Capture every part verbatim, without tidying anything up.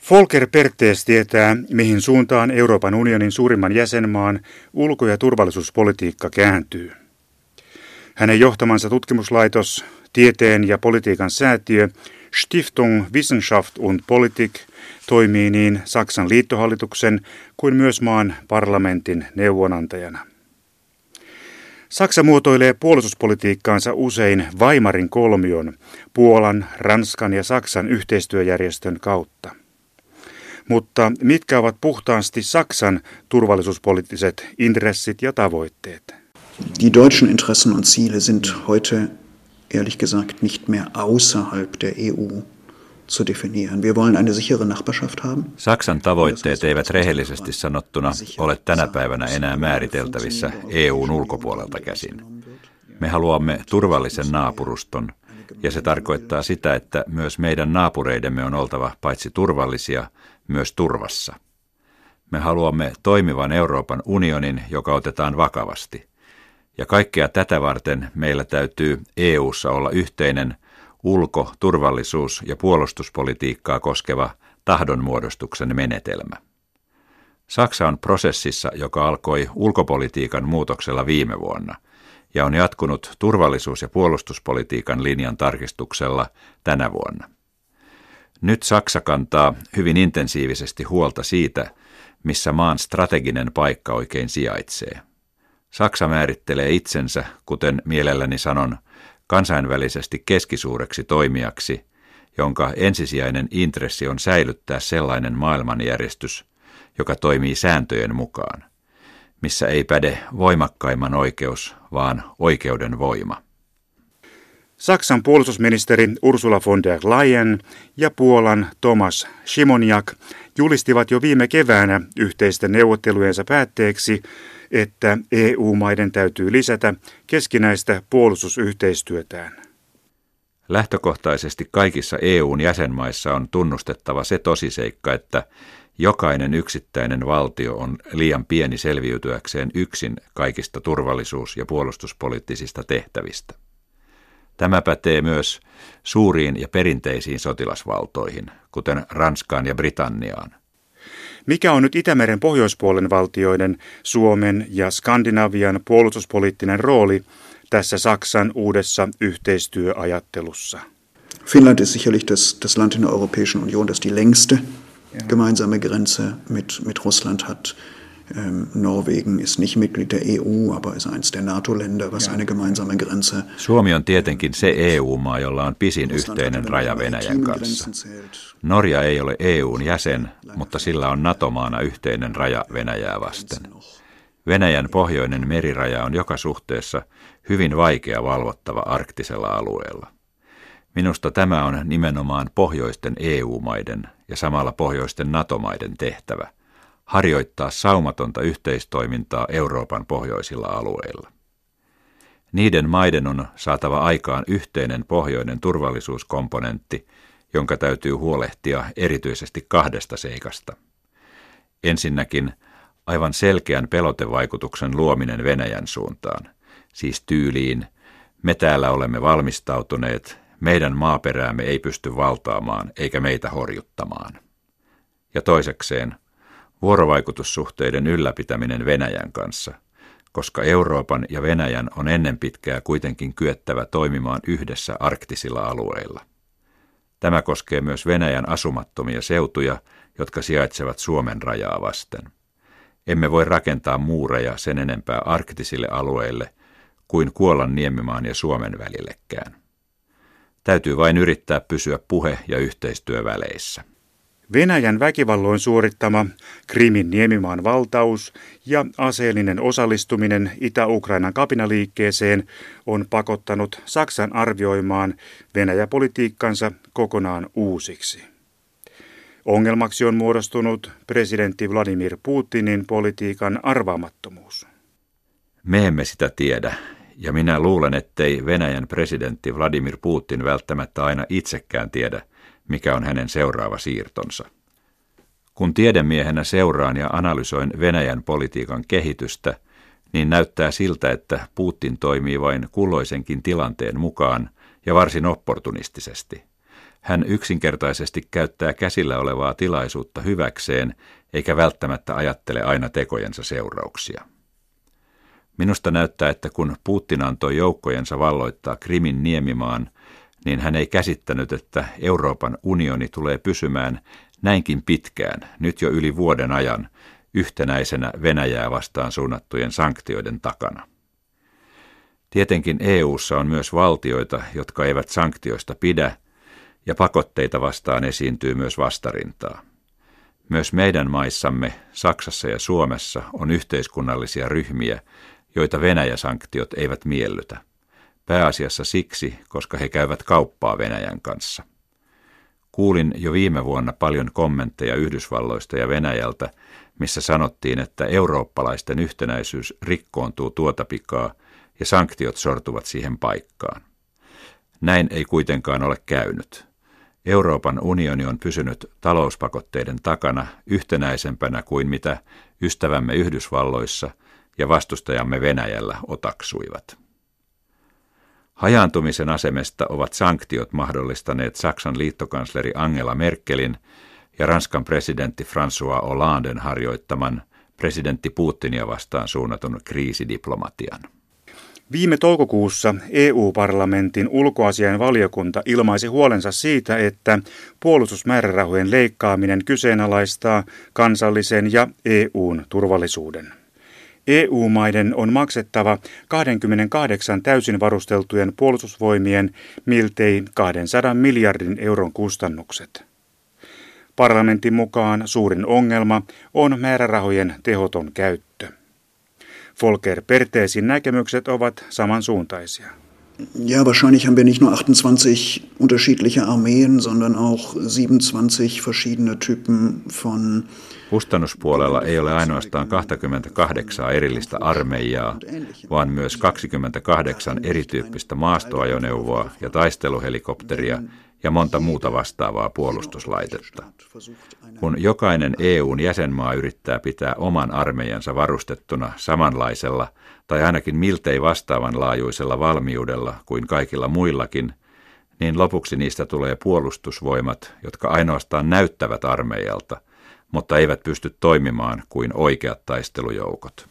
Volker Perthes tietää, mihin suuntaan Euroopan unionin suurimman jäsenmaan ulko- ja turvallisuuspolitiikka kääntyy. Hänen johtamansa tutkimuslaitos, tieteen ja politiikan säätiö Stiftung Wissenschaft und Politik toimii niin Saksan liittohallituksen kuin myös maan parlamentin neuvonantajana. Saksa muotoilee puolustuspolitiikkaansa usein Weimarin kolmion, Puolan, Ranskan ja Saksan yhteistyöjärjestön kautta. Mutta mitkä ovat puhtaasti Saksan turvallisuuspoliittiset intressit ja tavoitteet? Die deutschen Interessen und Ziele sind heute ehrlich gesagt nicht mehr außerhalb der E U zu definieren. Wir wollen eine sichere Nachbarschaft haben. Saksan tavoitteet eivät rehellisesti sanottuna ole tänä päivänä enää määriteltävissä E U:n ulkopuolelta käsin. Me haluamme turvallisen naapuruston, ja se tarkoittaa sitä, että myös meidän naapureidemme on oltava paitsi turvallisia, myös turvassa. Me haluamme toimivan Euroopan unionin, joka otetaan vakavasti. Ja kaikkea tätä varten meillä täytyy E U:ssa olla yhteinen ulko-, turvallisuus- ja puolustuspolitiikkaa koskeva tahdonmuodostuksen menetelmä. Saksa on prosessissa, joka alkoi ulkopolitiikan muutoksella viime vuonna ja on jatkunut turvallisuus- ja puolustuspolitiikan linjan tarkistuksella tänä vuonna. Nyt Saksa kantaa hyvin intensiivisesti huolta siitä, missä maan strateginen paikka oikein sijaitsee. Saksa määrittelee itsensä, kuten mielelläni sanon, kansainvälisesti keskisuureksi toimijaksi, jonka ensisijainen intressi on säilyttää sellainen maailmanjärjestys, joka toimii sääntöjen mukaan, missä ei päde voimakkaimman oikeus, vaan oikeuden voima. Saksan puolustusministeri Ursula von der Leyen ja Puolan Tomasz Siemoniak julistivat jo viime keväänä yhteisten neuvottelujensa päätteeksi, että E U-maiden täytyy lisätä keskinäistä puolustusyhteistyötään. Lähtökohtaisesti kaikissa E U:n jäsenmaissa on tunnustettava se tosiseikka, että jokainen yksittäinen valtio on liian pieni selviytyäkseen yksin kaikista turvallisuus- ja puolustuspoliittisista tehtävistä. Tämä pätee myös suuriin ja perinteisiin sotilasvaltoihin, kuten Ranskaan ja Britanniaan. Mikä on nyt Itämeren pohjoispuolen valtioiden, Suomen ja Skandinavian puolustuspoliittinen rooli tässä Saksan uudessa yhteistyöajattelussa? Finnland ist sicherlich das, das Land in der Europäischen Union, das die längste gemeinsame Grenze mit, mit Russland hat. Ähm, Norwegen ist nicht Mitglied der E U, aber ist eins der NATO-Länder, was eine gemeinsame Grenze. Suomi on tietenkin se E U-maa, jolla on pisin yhteinen raja Venäjän kanssa. Norja ei ole E U:n jäsen, mutta sillä on NATO-maana yhteinen raja Venäjää vasten. Venäjän pohjoinen meriraja on joka suhteessa hyvin vaikea valvottava arktisella alueella. Minusta tämä on nimenomaan pohjoisten E U-maiden ja samalla pohjoisten NATO-maiden tehtävä, harjoittaa saumatonta yhteistoimintaa Euroopan pohjoisilla alueilla. Niiden maiden on saatava aikaan yhteinen pohjoinen turvallisuuskomponentti, jonka täytyy huolehtia erityisesti kahdesta seikasta. Ensinnäkin aivan selkeän pelotevaikutuksen luominen Venäjän suuntaan, siis tyyliin me täällä olemme valmistautuneet, meidän maaperäämme ei pysty valtaamaan eikä meitä horjuttamaan. Ja toisekseen vuorovaikutussuhteiden ylläpitäminen Venäjän kanssa, koska Euroopan ja Venäjän on ennen pitkää kuitenkin kyettävä toimimaan yhdessä arktisilla alueilla. Tämä koskee myös Venäjän asumattomia seutuja, jotka sijaitsevat Suomen rajaa vasten. Emme voi rakentaa muureja sen enempää arktisille alueille kuin Kuolan niemimaan ja Suomen välillekään. Täytyy vain yrittää pysyä puhe- ja yhteistyöväleissä. Venäjän väkivalloin suorittama Krimin niemimaan valtaus ja aseellinen osallistuminen Itä-Ukrainan kapinaliikkeeseen on pakottanut Saksan arvioimaan Venäjä-politiikkansa kokonaan uusiksi. Ongelmaksi on muodostunut presidentti Vladimir Putinin politiikan arvaamattomuus. Me emme sitä tiedä, ja minä luulen, ettei Venäjän presidentti Vladimir Putin välttämättä aina itsekään tiedä, mikä on hänen seuraava siirtonsa. Kun tiedemiehenä seuraan ja analysoin Venäjän politiikan kehitystä, niin näyttää siltä, että Putin toimii vain kulloisenkin tilanteen mukaan ja varsin opportunistisesti. Hän yksinkertaisesti käyttää käsillä olevaa tilaisuutta hyväkseen, eikä välttämättä ajattele aina tekojensa seurauksia. Minusta näyttää, että kun Putin antoi joukkojensa valloittaa Krimin niemimaan, niin hän ei käsittänyt, että Euroopan unioni tulee pysymään näinkin pitkään, nyt jo yli vuoden ajan, yhtenäisenä Venäjää vastaan suunnattujen sanktioiden takana. Tietenkin E U:ssa on myös valtioita, jotka eivät sanktioista pidä, ja pakotteita vastaan esiintyy myös vastarintaa. Myös meidän maissamme, Saksassa ja Suomessa, on yhteiskunnallisia ryhmiä, joita Venäjä-sanktiot eivät miellytä. Pääasiassa siksi, koska he käyvät kauppaa Venäjän kanssa. Kuulin jo viime vuonna paljon kommentteja Yhdysvalloista ja Venäjältä, missä sanottiin, että eurooppalaisten yhtenäisyys rikkoontuu tuota pikaa ja sanktiot sortuvat siihen paikkaan. Näin ei kuitenkaan ole käynyt. Euroopan unioni on pysynyt talouspakotteiden takana yhtenäisempänä kuin mitä ystävämme Yhdysvalloissa ja vastustajamme Venäjällä otaksuivat. Hajaantumisen asemesta ovat sanktiot mahdollistaneet Saksan liittokansleri Angela Merkelin ja Ranskan presidentti François Hollanden harjoittaman presidentti Putinia vastaan suunnatun kriisidiplomatian. Viime toukokuussa E U-parlamentin ulkoasiainvaliokunta ilmaisi huolensa siitä, että puolustusmäärärahojen leikkaaminen kyseenalaistaa kansallisen ja E U:n turvallisuuden. E U-maiden on maksettava kaksikymmentäkahdeksan täysin varusteltujen puolustusvoimien miltei kaksisataa miljardin euron kustannukset. Parlamentin mukaan suurin ongelma on määrärahojen tehoton käyttö. Volker Pertesin näkemykset ovat samansuuntaisia. Ja, wahrscheinlich haben wir nicht nur achtundzwanzig unterschiedliche Armeen, sondern auch siebenundzwanzig verschiedene Typen von. Kustannuspuolella ei ole ainoastaan kaksikymmentäkahdeksan erillistä armeijaa, vaan myös kaksikymmentäkahdeksan erityyppistä maastoajoneuvoa ja taisteluhelikopteria ja monta muuta vastaavaa puolustuslaitetta. Kun jokainen E U:n jäsenmaa yrittää pitää oman armeijansa varustettuna samanlaisella tai ainakin miltei vastaavan laajuisella valmiudella kuin kaikilla muillakin, niin lopuksi niistä tulee puolustusvoimat, jotka ainoastaan näyttävät armeijalta, mutta eivät pysty toimimaan kuin oikeat taistelujoukot.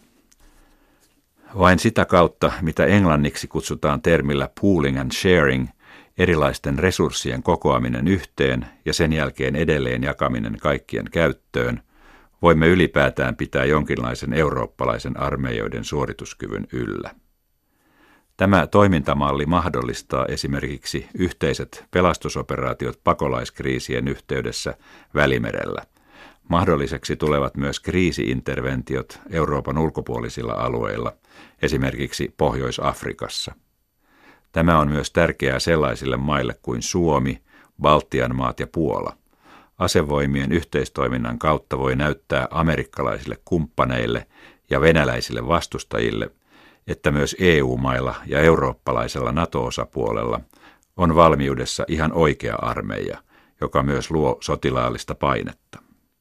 Vain sitä kautta, mitä englanniksi kutsutaan termillä pooling and sharing, erilaisten resurssien kokoaminen yhteen ja sen jälkeen edelleen jakaminen kaikkien käyttöön, voimme ylipäätään pitää jonkinlaisen eurooppalaisen armeijoiden suorituskyvyn yllä. Tämä toimintamalli mahdollistaa esimerkiksi yhteiset pelastusoperaatiot pakolaiskriisien yhteydessä Välimerellä. Mahdolliseksi tulevat myös kriisi-interventiot Euroopan ulkopuolisilla alueilla, esimerkiksi Pohjois-Afrikassa. Tämä on myös tärkeää sellaisille maille kuin Suomi, Baltian maat ja Puola. Asevoimien yhteistoiminnan kautta voi näyttää amerikkalaisille kumppaneille ja venäläisille vastustajille, että myös E U-mailla ja eurooppalaisella NATO-osapuolella on valmiudessa ihan oikea armeija, joka myös luo sotilaallista painetta.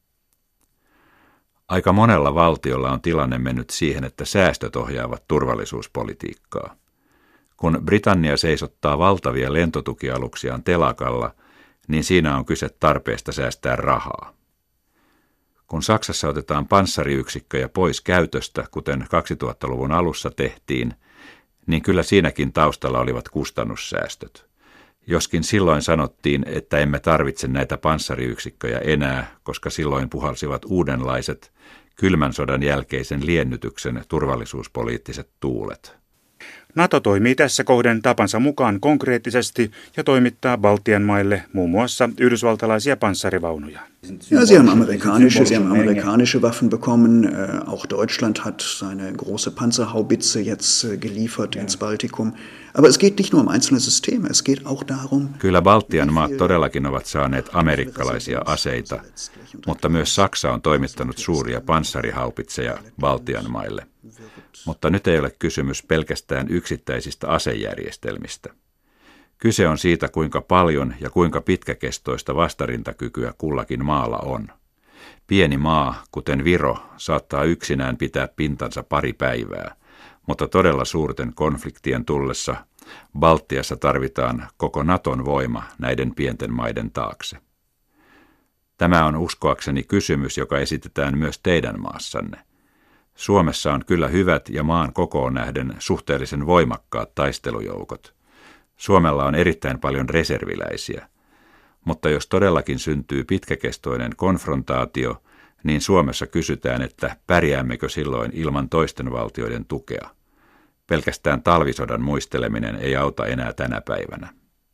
Aika monella valtiolla on tilanne mennyt siihen, että säästöt ohjaavat turvallisuuspolitiikkaa. Kun Britannia seisottaa valtavia lentotukialuksiaan telakalla, niin siinä on kyse tarpeesta säästää rahaa. Kun Saksassa otetaan panssariyksikköjä pois käytöstä, kuten kaksituhattaluvun alussa tehtiin, niin kyllä siinäkin taustalla olivat kustannussäästöt. Joskin silloin sanottiin, että emme tarvitse näitä panssariyksikköjä enää, koska silloin puhalsivat uudenlaiset kylmän sodan jälkeisen liennytyksen turvallisuuspoliittiset tuulet. NATO toimii tässä kohden tapansa mukaan konkreettisesti ja toimittaa Baltian maille muun muassa yhdysvaltalaisia panssarivaunuja. Ja, sie haben amerikanische, sie haben amerikanische Waffen bekommen. Äh, auch Deutschland hat seine große Panzerhaubitze jetzt äh, geliefert ins Baltikum. Aber es geht nicht nur um einzelne Systeme, es geht auch darum. Kyllä Baltian maat todellakin ovat saaneet amerikkalaisia aseita, mutta myös Saksa on toimittanut suuria panssarihaupitseja Baltian maille. Mutta nyt ei ole kysymys pelkästään yksittäisistä asejärjestelmistä. Kyse on siitä, kuinka paljon ja kuinka pitkäkestoista vastarintakykyä kullakin maalla on. Pieni maa, kuten Viro, saattaa yksinään pitää pintansa pari päivää, mutta todella suurten konfliktien tullessa Baltiassa tarvitaan koko Naton voima näiden pienten maiden taakse. Tämä on uskoakseni kysymys, joka esitetään myös teidän maassanne. Suomessa on kyllä hyvät ja maan kokoon nähden suhteellisen voimakkaat taistelujoukot. Suomella on erittäin paljon reserviläisiä. Mutta jos todellakin syntyy pitkäkestoinen konfrontaatio, niin Suomessa kysytään, että pärjäämmekö silloin ilman toisten valtioiden tukea. Pelkästään talvisodan muisteleminen ei auta enää tänä päivänä.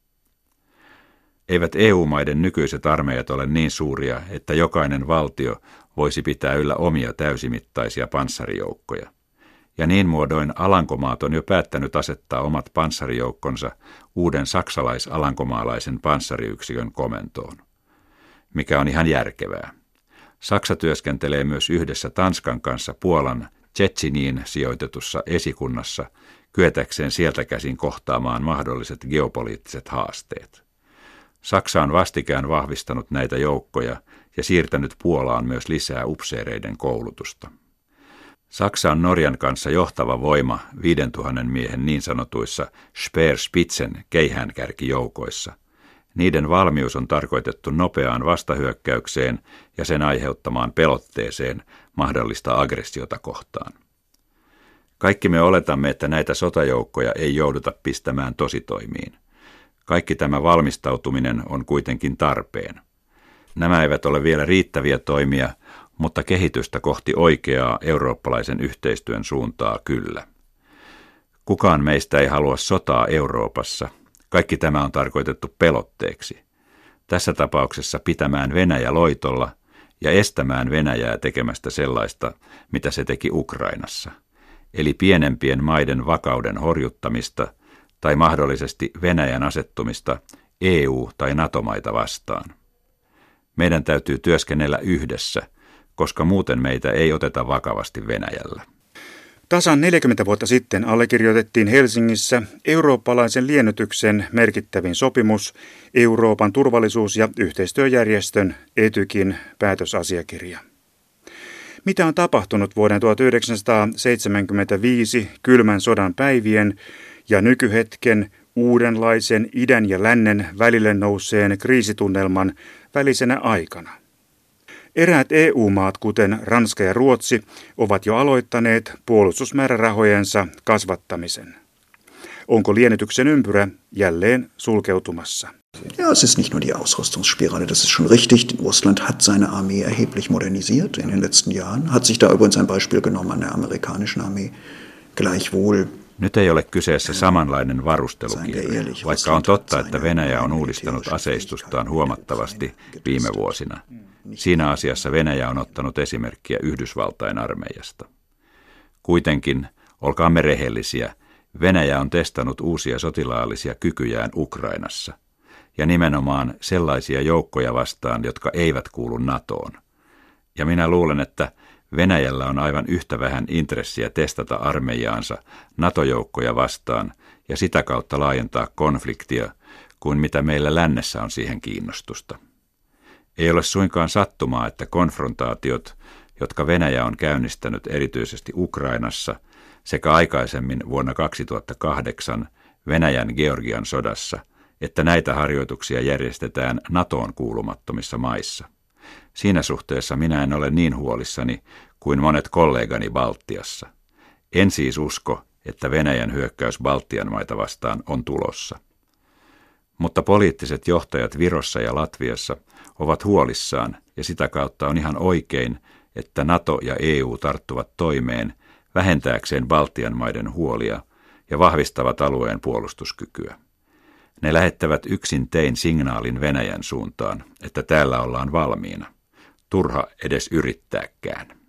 Eivät E U-maiden nykyiset armeijat ole niin suuria, että jokainen valtio voisi pitää yllä omia täysimittaisia panssarijoukkoja. Ja niin muodoin Alankomaat on jo päättänyt asettaa omat panssarijoukkonsa uuden saksalais-alankomaalaisen panssariyksikön komentoon, mikä on ihan järkevää. Saksa työskentelee myös yhdessä Tanskan kanssa Puolan Tšetšiniin sijoitetussa esikunnassa kyetäkseen sieltä käsin kohtaamaan mahdolliset geopoliittiset haasteet. Saksa on vastikään vahvistanut näitä joukkoja ja siirtänyt Puolaan myös lisää upseereiden koulutusta. Saksa on Norjan kanssa johtava voima viidentuhannen miehen niin sanotuissa Speerspitzen keihäänkärkijoukoissa. Niiden valmius on tarkoitettu nopeaan vastahyökkäykseen ja sen aiheuttamaan pelotteeseen mahdollista aggressiota kohtaan. Kaikki me oletamme, että näitä sotajoukkoja ei jouduta pistämään tositoimiin. Kaikki tämä valmistautuminen on kuitenkin tarpeen. Nämä eivät ole vielä riittäviä toimia, mutta kehitystä kohti oikeaa eurooppalaisen yhteistyön suuntaa kyllä. Kukaan meistä ei halua sotaa Euroopassa. Kaikki tämä on tarkoitettu pelotteeksi. Tässä tapauksessa pitämään Venäjä loitolla ja estämään Venäjää tekemästä sellaista, mitä se teki Ukrainassa, eli pienempien maiden vakauden horjuttamista tai mahdollisesti Venäjän asettumista E U- tai NATO-maita vastaan. Meidän täytyy työskennellä yhdessä, koska muuten meitä ei oteta vakavasti Venäjällä. Tasan neljäkymmentä vuotta sitten allekirjoitettiin Helsingissä eurooppalaisen liennytyksen merkittävin sopimus, Euroopan turvallisuus- ja yhteistyöjärjestön Etykin päätösasiakirja. Mitä on tapahtunut vuoden tuhatyhdeksänsataaseitsemänkymmentäviisi kylmän sodan päivien ja nykyhetken uudenlaisen idän ja lännen välille nouseen kriisitunnelman välisenä aikana? Eräät E U-maat, kuten Ranska ja Ruotsi, ovat jo aloittaneet puolustusmäärärahojensa kasvattamisen. Onko liennytyksen ympyrä jälleen sulkeutumassa? Ja, es ist nicht nur die Ausrüstungsspirale, das ist schon richtig. Russland hat seine Armee erheblich modernisiert in den letzten Jahren, hat sich da übrigens ein Beispiel genommen an der amerikanischen Armee. Gleichwohl. Nyt ei ole kyseessä samanlainen varustelukirja, vaikka on totta, että Venäjä on uudistanut aseistustaan huomattavasti viime vuosina. Siinä asiassa Venäjä on ottanut esimerkkiä Yhdysvaltain armeijasta. Kuitenkin, olkaamme rehellisiä, Venäjä on testannut uusia sotilaallisia kykyjään Ukrainassa, ja nimenomaan sellaisia joukkoja vastaan, jotka eivät kuulu NATOon. Ja minä luulen, että Venäjällä on aivan yhtä vähän intressiä testata armeijaansa NATO-joukkoja vastaan ja sitä kautta laajentaa konfliktia kuin mitä meillä lännessä on siihen kiinnostusta. Ei ole suinkaan sattumaa, että konfrontaatiot, jotka Venäjä on käynnistänyt erityisesti Ukrainassa sekä aikaisemmin vuonna kaksituhattakahdeksan Venäjän Georgian sodassa, että näitä harjoituksia järjestetään NATOon kuulumattomissa maissa. Siinä suhteessa minä en ole niin huolissani kuin monet kollegani Baltiassa. En siis usko, että Venäjän hyökkäys Baltian maita vastaan on tulossa. Mutta poliittiset johtajat Virossa ja Latviassa ovat huolissaan ja sitä kautta on ihan oikein, että NATO ja E U tarttuvat toimeen vähentääkseen Baltian maiden huolia ja vahvistavat alueen puolustuskykyä. Ne lähettävät yksin tein signaalin Venäjän suuntaan, että täällä ollaan valmiina. Turha edes yrittääkään.